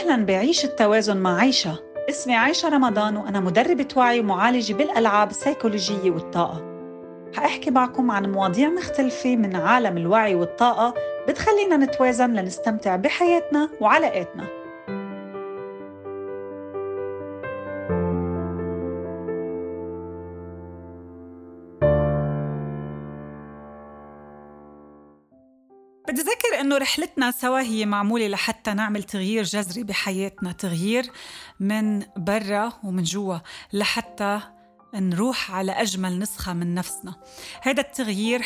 أهلاً بعيش التوازن مع عيشة. اسمي عيشة رمضان وأنا مدربة وعي ومعالجة بالألعاب السيكولوجية والطاقة. حأحكي معكم عن مواضيع مختلفة من عالم الوعي والطاقة بتخلينا نتوازن لنستمتع بحياتنا وعلاقاتنا. بدي أذكر إنه رحلتنا سوا هي معمولة لحتى نعمل تغيير جذري بحياتنا، تغيير من برا ومن جوا، لحتى نروح على أجمل نسخة من نفسنا. هذا التغيير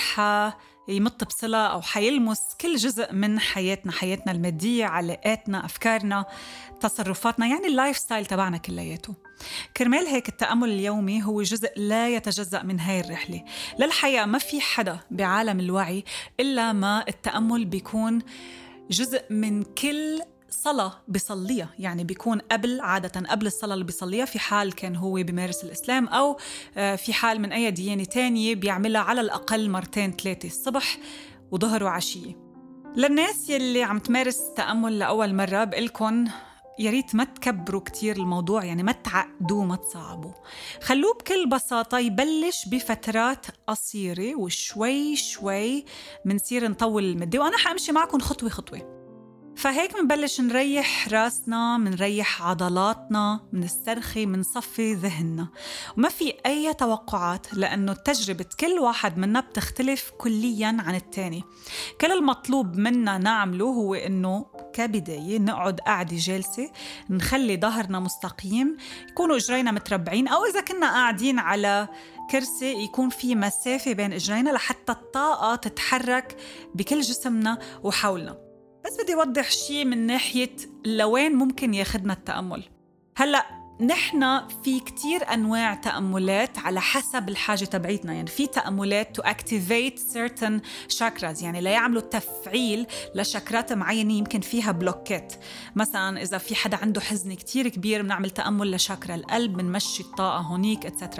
يمط بصلة أو حيلمس كل جزء من حياتنا المادية، علاقاتنا، أفكارنا، تصرفاتنا، يعني اللايف ستايل تبعنا كلياته. كرمال هيك التأمل اليومي هو جزء لا يتجزأ من هاي الرحلة. للحقيقة ما في حدا بعالم الوعي إلا ما التأمل بيكون جزء من كل صلاة بيصليها، يعني بيكون عادة قبل الصلاة اللي بيصليها، في حال كان هو بيمارس الإسلام أو في حال من أي ديانة تانية بيعملها على الأقل 2-3 الصبح وظهر وعشية. للناس يلي عم تمارس تأمل لأول مرة بقلكن ياريت ما تكبروا كتير الموضوع، يعني ما تعقدوا ما تصعبوا، خلوه بكل بساطة يبلش بفترات قصيرة وشوي شوي منصير نطول المدة، وأنا حأمشي معكم خطوة خطوة. فهيك منبلش نريح راسنا، منريح عضلاتنا، منسترخي، منصفي ذهننا، وما في أي توقعات لأنه تجربة كل واحد منا بتختلف كلياً عن التاني. كل المطلوب منا نعمله هو إنه كبداية نقعد قاعدة جالسة، نخلي ظهرنا مستقيم، يكونوا إجرينا متربعين، أو إذا كنا قاعدين على كرسي يكون في مسافة بين إجرينا لحتى الطاقة تتحرك بكل جسمنا وحولنا. بس بدي أوضح شيء من ناحية لوين ممكن ياخدنا التأمل. هلأ نحن في كتير أنواع تأملات على حسب الحاجة تبعيتنا، يعني في تأملات to activate certain chakras، يعني لا يعملوا تفعيل لشاكرات معينة يمكن فيها بلوكات. مثلا إذا في حدا عنده حزن كتير كبير بنعمل تأمل لشاكرا القلب، بنمشي الطاقة هونيك etc.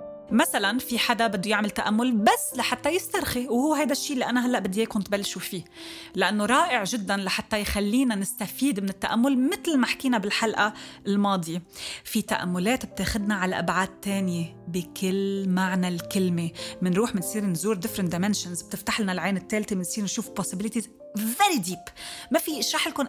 مثلا في حدا بده يعمل تأمل بس لحتى يسترخي، وهو هيدا الشيء اللي أنا هلأ بدي إياكم تبلشوا فيه، لأنه رائع جدا لحتى يخلينا نستفيد من التأمل. مثل ما حكينا بالحلقة الماضية، في تأملات بتاخدنا على أبعاد تانية بكل معنى الكلمة، منروح منصير نزور different dimensions، بتفتح لنا العين الثالثة، منصير نشوف possibilities very deep. ما في اشرح لكم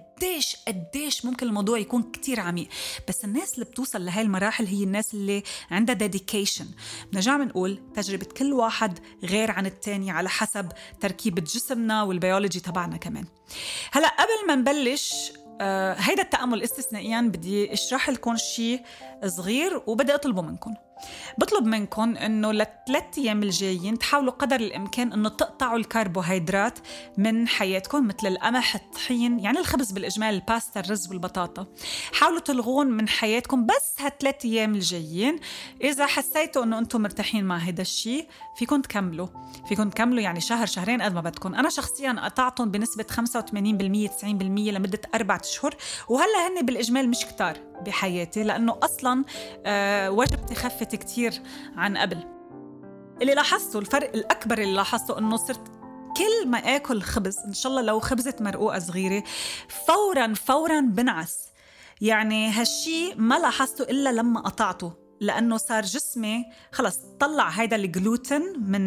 قديش ممكن الموضوع يكون كتير عميق، بس الناس اللي بتوصل لهي المراحل هي الناس اللي عندها dedication. بنرجع بنقول تجربة كل واحد غير عن التاني على حسب تركيبة جسمنا والبيولوجي تبعنا كمان. هلأ قبل ما نبلش هيدا التأمل استثنائيا بدي اشرح لكم شيء صغير، وبدي بطلب منكم انه ل3 أيام الجايين تحاولوا قدر الامكان انه تقطعوا الكربوهيدرات من حياتكم، مثل القمح، الطحين، يعني الخبز بالاجمال، الباستا، الرز والبطاطا. حاولوا تلغون من حياتكم بس ه3 أيام الجايين. اذا حسيتوا انه انتم مرتاحين مع هذا الشيء فيكم تكملوا يعني شهر شهرين قد ما بدكم. انا شخصيا قطعتهم بنسبة 85% 90% لمدة 4 أشهر، وهلا هن بالاجمال مش كتار بحياتي، لانه اصلا وجبتي خفت كتير عن قبل. اللي لاحظته الفرق الأكبر اللي لاحظته إنه صرت كل ما آكل خبز، إن شاء الله لو خبزة مرقوقة صغيرة، فوراً بنعس. يعني هالشي ما لاحظته إلا لما قطعته، لأنه صار جسمي خلص طلع هيدا الجلوتين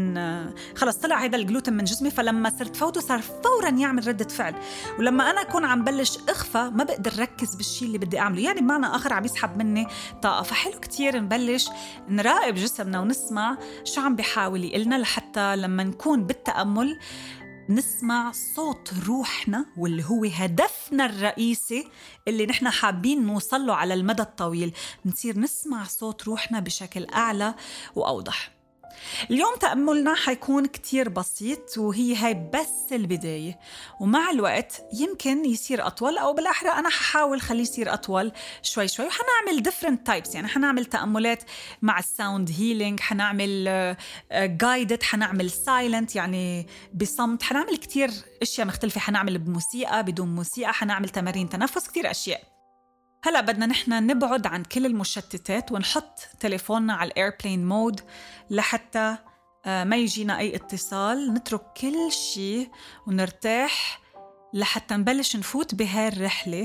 من جسمي، فلما صرت فوته صار فوراً يعمل ردة فعل. ولما أنا أكون عم بلش أخفى ما بقدر ركز بالشي اللي بدي أعمله، يعني بمعنى آخر عم يسحب مني طاقة. فحلو كتير نبلش نراقب جسمنا ونسمع شو عم بيحاول يقلنا، لحتى لما نكون بالتأمل نسمع صوت روحنا، واللي هو هدفنا الرئيسي اللي نحن حابين نوصله على المدى الطويل. نصير نسمع صوت روحنا بشكل أعلى وأوضح. اليوم تأملنا حيكون كتير بسيط، وهي هاي بس البداية، ومع الوقت يمكن يصير أطول، أو بالأحرى أنا ححاول خليه يصير أطول شوي وحنعمل different types. يعني حنعمل تأملات مع الساوند هيلينج، حنعمل guided، حنعمل silent يعني بصمت، حنعمل كتير أشياء مختلفة، حنعمل بموسيقى، بدون موسيقى، حنعمل تمارين تنفس، كتير أشياء. هلأ بدنا نحن نبعد عن كل المشتتات ونحط تليفوننا على الايربلين مود لحتى ما يجينا أي اتصال، نترك كل شيء ونرتاح لحتى نبلش نفوت بهاي الرحلة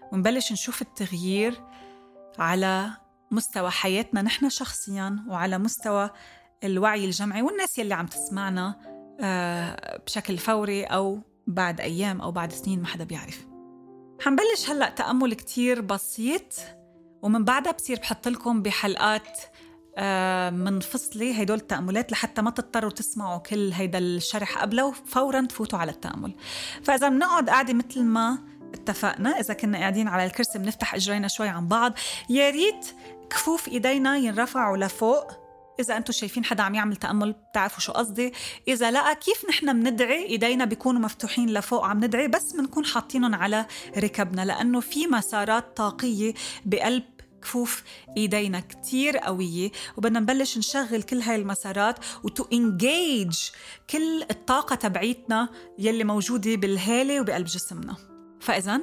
ونبلش نشوف التغيير على مستوى حياتنا نحن شخصياً، وعلى مستوى الوعي الجمعي والناس يلي عم تسمعنا بشكل فوري أو بعد أيام أو بعد سنين، ما حدا بيعرف. حنبلش هلأ تأمل كتير بسيط، ومن بعدها بصير بحط لكم بحلقات منفصلة هيدول التأملات لحتى ما تضطروا تسمعوا كل هيدا الشرح قبله وفوراً تفوتوا على التأمل. فإذا بنقعد قاعدة مثل ما اتفقنا، إذا كنا قاعدين على الكرسي بنفتح إجرينا شوي عن بعض، يا ريت كفوف إيدينا ينرفعوا لفوق. إذا أنتوا شايفين حدا عم يعمل تأمل بتعرفوا شو قصدي. إذا لا، كيف نحن بندعي إيدينا بيكونوا مفتوحين لفوق عم ندعي، بس بنكون حاطينهم على ركبنا، لأنه في مسارات طاقية بقلب كفوف إيدينا كتير قوية، وبدنا نبلش نشغل كل هاي المسارات وتو انجيج كل الطاقة تبعيتنا يلي موجودة بالهالة وبقلب جسمنا. فإذن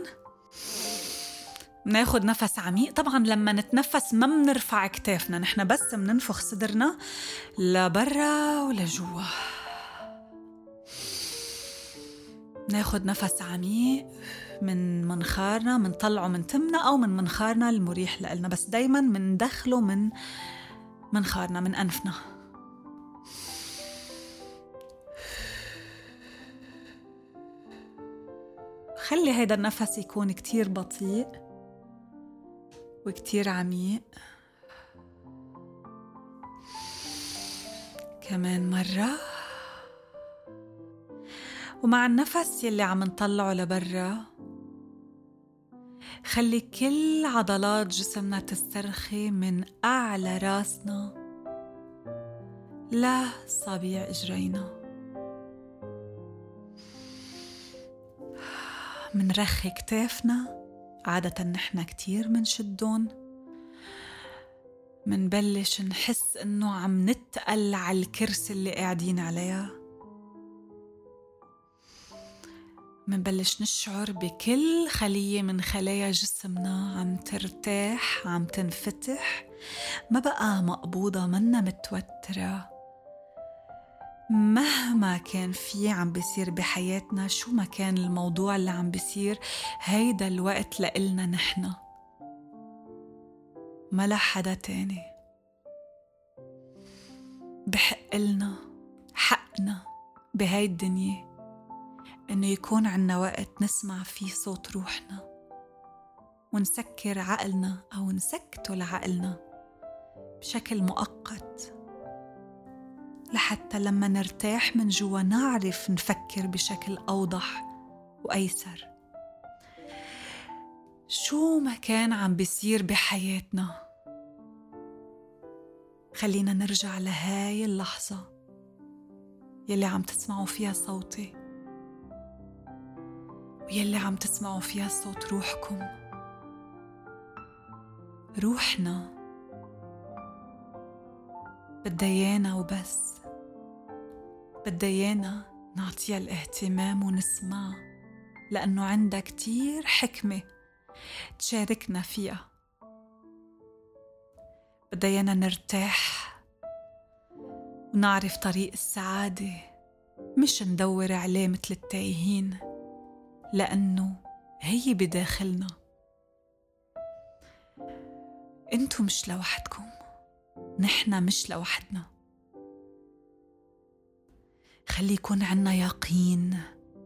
بناخد نفس عميق. طبعا لما نتنفس ما بنرفع كتافنا، نحن بس بننفخ صدرنا لبرا ولجوا. ناخد نفس عميق من منخارنا، منطلعه من تمنا أو من منخارنا المريح لنا، بس دايما مندخله من منخارنا، من أنفنا. خلي هيدا النفس يكون كتير بطيء وكتير عميق. كمان مرة. ومع النفس يلي عم نطلعه لبرا، خلي كل عضلات جسمنا تسترخي من أعلى راسنا لصابيع إجرينا. منرخي كتافنا، عادة نحن كتير منشدون. منبلش نحس إنه عم نتقل على الكرسي اللي قاعدين عليها. منبلش نشعر بكل خلية من خلايا جسمنا عم ترتاح، عم تنفتح، ما بقى مقبوضة، منا متوترة. مهما كان في عم بيصير بحياتنا، شو ما كان الموضوع اللي عم بيصير، هيدا الوقت لإلنا نحن، ما لحدا تاني. بحق لنا، حقنا بهاي الدنيا، إنه يكون عنا وقت نسمع فيه صوت روحنا، ونسكر عقلنا أو نسكته لعقلنا بشكل مؤقت، لحتى لما نرتاح من جوا نعرف نفكر بشكل أوضح وأيسر. شو ما كان عم بيصير بحياتنا، خلينا نرجع لهاي اللحظة يلي عم تسمعوا فيها صوتي، ويلي عم تسمعوا فيها صوت روحكم. روحنا بدها إيانا وبس، بدها إيانا نعطيها الاهتمام ونسمع، لأنه عندها كتير حكمة تشاركنا فيها. بدها إيانا نرتاح ونعرف طريق السعادة، مش ندور عليه مثل التايهين، لأنه هي بداخلنا. انتو مش لوحدكم، نحن مش لوحدنا. خلي يكون عنا يقين،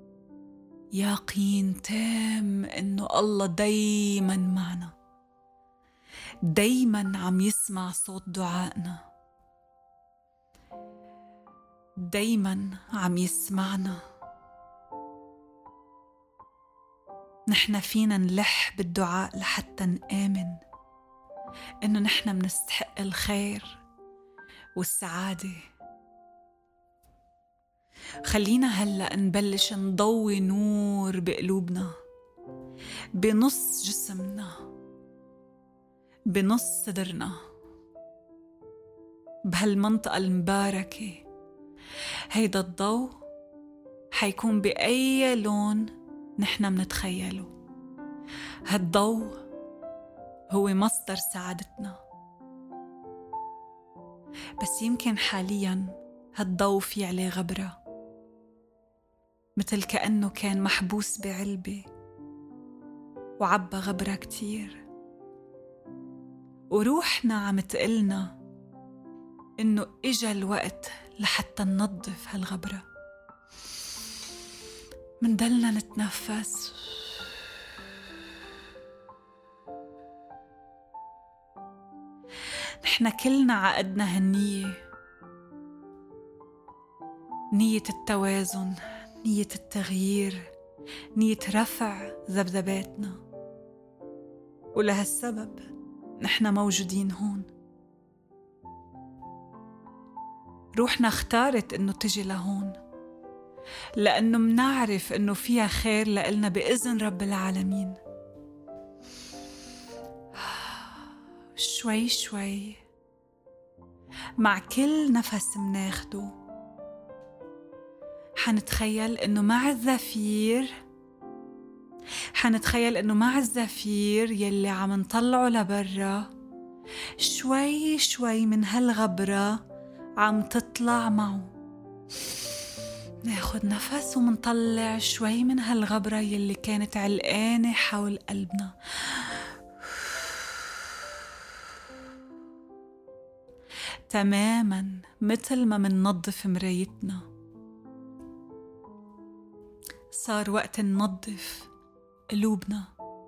يقين تام إنه الله دايما معنا، دايما عم يسمع صوت دعائنا، دايما عم يسمعنا. نحن فينا نلح بالدعاء لحتى نآمن إنه نحن منستحق الخير والسعادة. خلينا هلأ نبلش نضوي نور بقلوبنا، بنص جسمنا، بنص صدرنا، بهالمنطقة المباركة. هيدا الضوء حيكون بأي لون نحن منتخيله. هالضوء هو مصدر سعادتنا، بس يمكن حالياً هالضوء في عليه غبرة، مثل كأنه كان محبوس بعلبة وعبى غبرة كتير، وروحنا عم تقلنا إنه إجا الوقت لحتى ننظف هالغبرة. مندلنا نتنفس نحنا كلنا عقدنا هالنية، نية التوازن، نية التغيير، نية رفع ذبذباتنا، ولهالسبب نحنا موجودين هون. روحنا اختارت إنه تجي لهون لأنه منعرف إنه فيها خير لإلنا بإذن رب العالمين. شوي شوي مع كل نفس مناخده حنتخيل إنه مع الزفير يلي عم نطلعه لبرا، شوي شوي من هالغبرة عم تطلع معه. ناخد نفس ومنطلع شوي من هالغبرة يلي كانت علقانة حول قلبنا. تماماً مثل ما مننظف مرايتنا، صار وقت ننظف قلوبنا.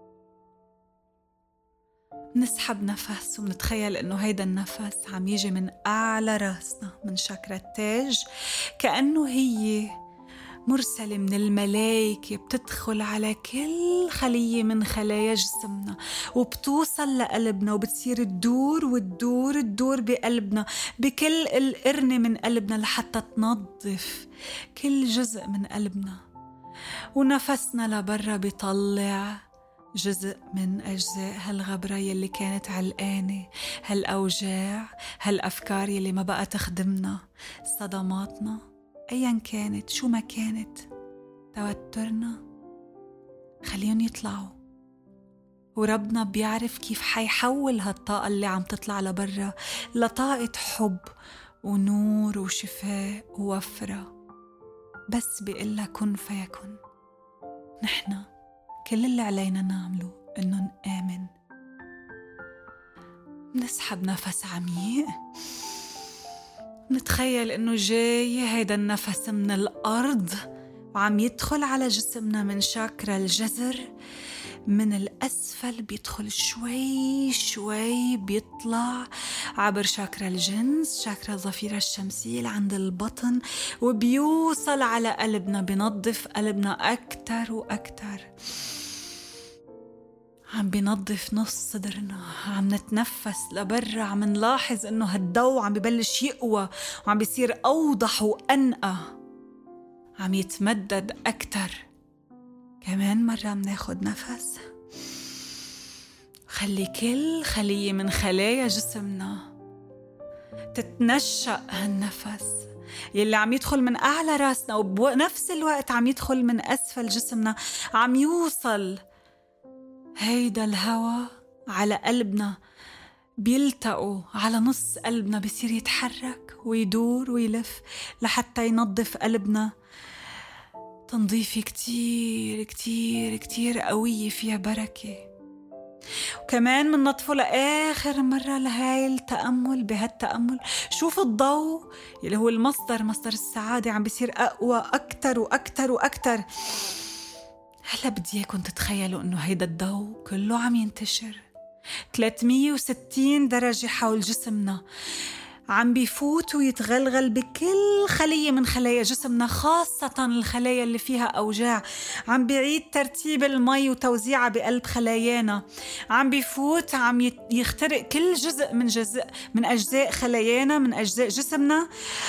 نسحب نفس ومنتخيل إنه هيدا النفس عم يجي من أعلى راسنا، من شاكرا التاج، كأنه هي مرسلة من الملايكة بتدخل على كل خلية من خلايا جسمنا وبتوصل لقلبنا وبتصير تدور بقلبنا، بكل القرنة من قلبنا، لحتى تنظف كل جزء من قلبنا. ونفسنا لبرا بيطلع جزء من أجزاء هالغبرة يلي كانت علقانة، هالأوجاع، هالأفكار يلي ما بقى تخدمنا، صدماتنا أيا كانت، شو ما كانت، توترنا، خليهم يطلعوا. وربنا بيعرف كيف حيحول هالطاقة اللي عم تطلع لبرا لطاقة حب ونور وشفاء ووفرة، بس بيقلها كن فيكن. نحنا كل اللي علينا نعمله إنه نآمن. نسحب نفس عميق، نتخيل إنه جاي هيدا النفس من الأرض وعم يدخل على جسمنا من شاكرا الجذر، من الأسفل بيدخل شوي شوي، بيطلع عبر شاكرا الجنس، شاكرا الظفيرة الشمسية عند البطن، وبيوصل على قلبنا، بينظف قلبنا أكتر وأكتر. عم بينظف نص صدرنا، عم نتنفس لبرا، عم نلاحظ إنه هالضوء عم ببلش يقوى وعم بيصير أوضح وأنقى، عم يتمدد أكتر. كمان مرة مناخد نفس، خلي كل خلية من خلايا جسمنا تتنشأ هالنفس يلي عم يدخل من أعلى راسنا وبنفس الوقت عم يدخل من أسفل جسمنا، عم يوصل هيدا الهوا على قلبنا، بيلتقوا على نص قلبنا، بيصير يتحرك ويدور ويلف لحتى ينظف قلبنا تنظيفي كتير كتير كتير قوية فيها بركة. وكمان مننظفه لآخر مرة لهاي التأمل. بهالتأمل شوف الضوء اللي هو المصدر، مصدر السعادة، عم بيصير أقوى أكتر وأكتر وأكتر. هلا بدي اياكم تتخيلوا انه هيدا الضوء كله عم ينتشر 360 درجة حول جسمنا، عم بيفوت ويتغلغل بكل خلية من خلايا جسمنا، خاصة الخلايا اللي فيها أوجاع. عم بيعيد ترتيب المي وتوزيعها بقلب خلايانا، عم بيفوت، عم يخترق كل جزء من أجزاء خلايانا، من أجزاء جسمنا.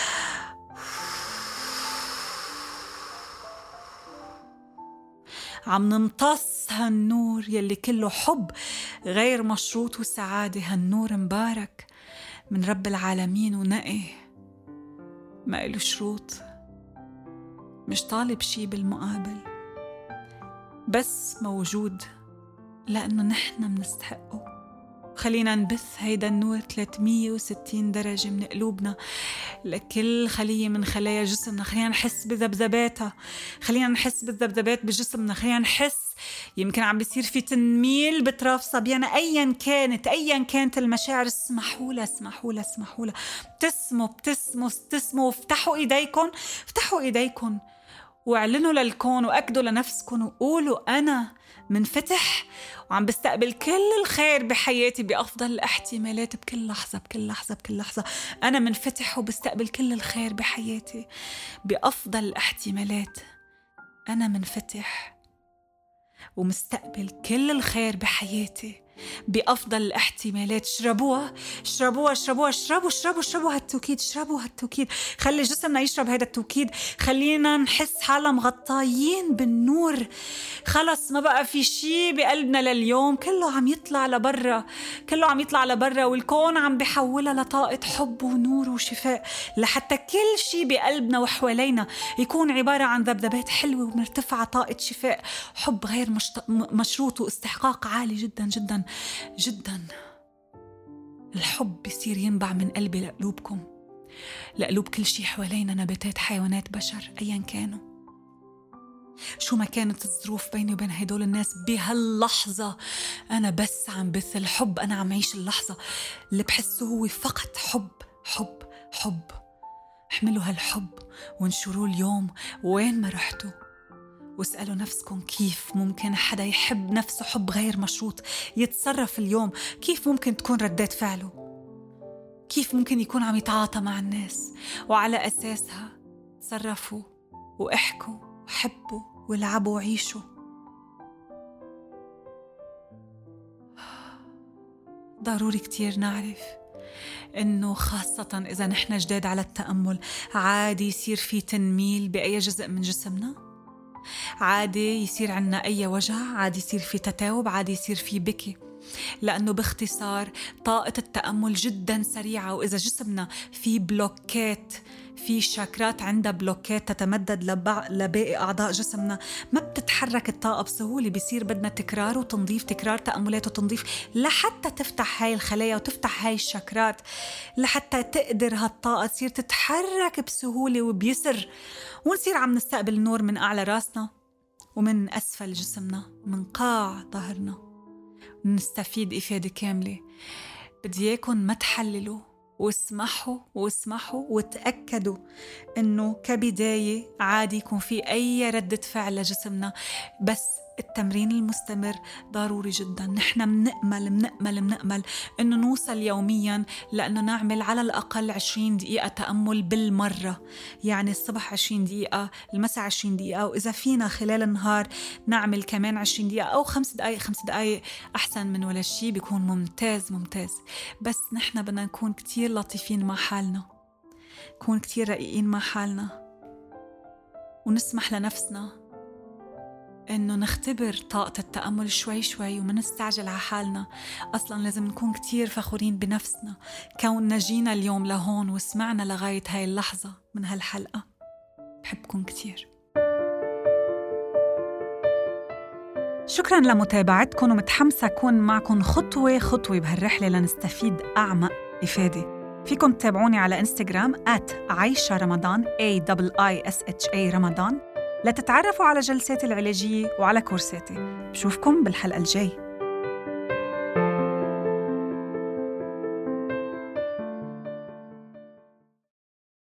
عم نمتص هالنور يلي كله حب غير مشروط وسعادة. هالنور مبارك من رب العالمين ونقي، ما إله شروط، مش طالب شي بالمقابل، بس موجود لأنه نحن منستحقه. خلينا نبث هيدا النور 360 درجة من قلوبنا لكل خلية من خلايا جسمنا. خلينا نحس بذبذباتها، خلينا نحس بالذبذبات بجسمنا، خلينا نحس يمكن عم بيصير في تنميل بطراف صبيانة. أيا كانت المشاعر، اسمحوا لها. ابتسموا، افتحوا ايديكم واعلنوا للكون واكدوا لنفسكم وقولوا أنا منفتح وعم بستقبل كل الخير بحياتي بأفضل الاحتمالات بكل لحظة. أنا منفتح وبستقبل كل الخير بحياتي بأفضل الاحتمالات. أنا منفتح ومستقبل كل الخير بحياتي بأفضل الاحتمالات. اشربوا هالتوكيد. خلي جسمنا يشرب هذا التوكيد. خلينا نحس حالنا مغطايين بالنور. خلص ما بقى في شي بقلبنا لليوم، كله عم يطلع لبرا والكون عم بيحولها لطاقة حب ونور وشفاء، لحتى كل شي بقلبنا وحوالينا يكون عبارة عن ذبذبات حلوة ومرتفعة، طاقة شفاء، حب غير مشروط واستحقاق عالي جدا جدا جدا. الحب بيصير ينبع من قلبي لقلوبكم، لقلوب كل شي حوالينا، نباتات، حيوانات، بشر، أيا كانوا. شو ما كانت الظروف بيني وبين هيدول الناس بهاللحظة، أنا بس عم بث الحب. أنا عم عيش اللحظة. اللي بحسه هو فقط حب. احملوا هالحب وانشروه اليوم وين ما رحتوا، واسألوا نفسكم كيف ممكن حدا يحب نفسه حب غير مشروط، يتصرف اليوم. كيف ممكن تكون ردات فعله؟ كيف ممكن يكون عم يتعاطى مع الناس؟ وعلى أساسها تصرفوا واحكوا وحبوا والعبوا وعيشوا. ضروري كتير نعرف إنه خاصة إذا نحن جداد على التأمل، عادي يصير في تنميل بأي جزء من جسمنا، عادي يصير عنا أي وجع، عادي يصير في تتاوب، عادي يصير في بكي، لأنه باختصار طاقة التأمل جدا سريعة. وإذا جسمنا في بلوكات، في شاكرات عندها بلوكات تتمدد لباقي أعضاء جسمنا، ما بتتحرك الطاقة بسهولة. بيصير بدنا تكرار وتنظيف، تكرار تأملات وتنظيف لحتى تفتح هاي الخلايا وتفتح هاي الشاكرات، لحتى تقدر هالطاقة تصير تتحرك بسهولة وبيسر، ونصير عم نستقبل النور من أعلى راسنا ومن أسفل جسمنا، من قاع ظهرنا، نستفيد إفادة كاملة. بدي إياكم ما تحللوا، واسمحوا وتأكدوا إنه كبداية عادي يكون في أي ردة فعل لجسمنا، بس التمرين المستمر ضروري جدا. نحن منأمل إنه نوصل يوميا لأنه نعمل على الأقل 20 دقيقة تأمل بالمرة، يعني الصبح 20 دقيقة، المساء 20 دقيقة، وإذا فينا خلال النهار نعمل كمان 20 دقيقة أو 5 دقايق أحسن من ولا شيء، بيكون ممتاز. بس نحن بدنا نكون كتير لطيفين مع حالنا، نكون كتير رقيقين مع حالنا، ونسمح لنفسنا إنه نختبر طاقة التأمل شوي وما نستعجل على حالنا. أصلاً لازم نكون كتير فخورين بنفسنا كوننا جينا اليوم لهون وسمعنا لغاية هاي اللحظة من هالحلقة. بحبكم كتير. شكراً لمتابعتكم، ومتحمسة أكون معكم خطوة بهالرحلة لنستفيد أعمق إفادة. فيكم تتابعوني على إنستغرام @عايشة رمضان AIISHA رمضان لتتعرفوا على جلساتي العلاجية وعلى كورساتي. بشوفكم بالحلقة الجاي.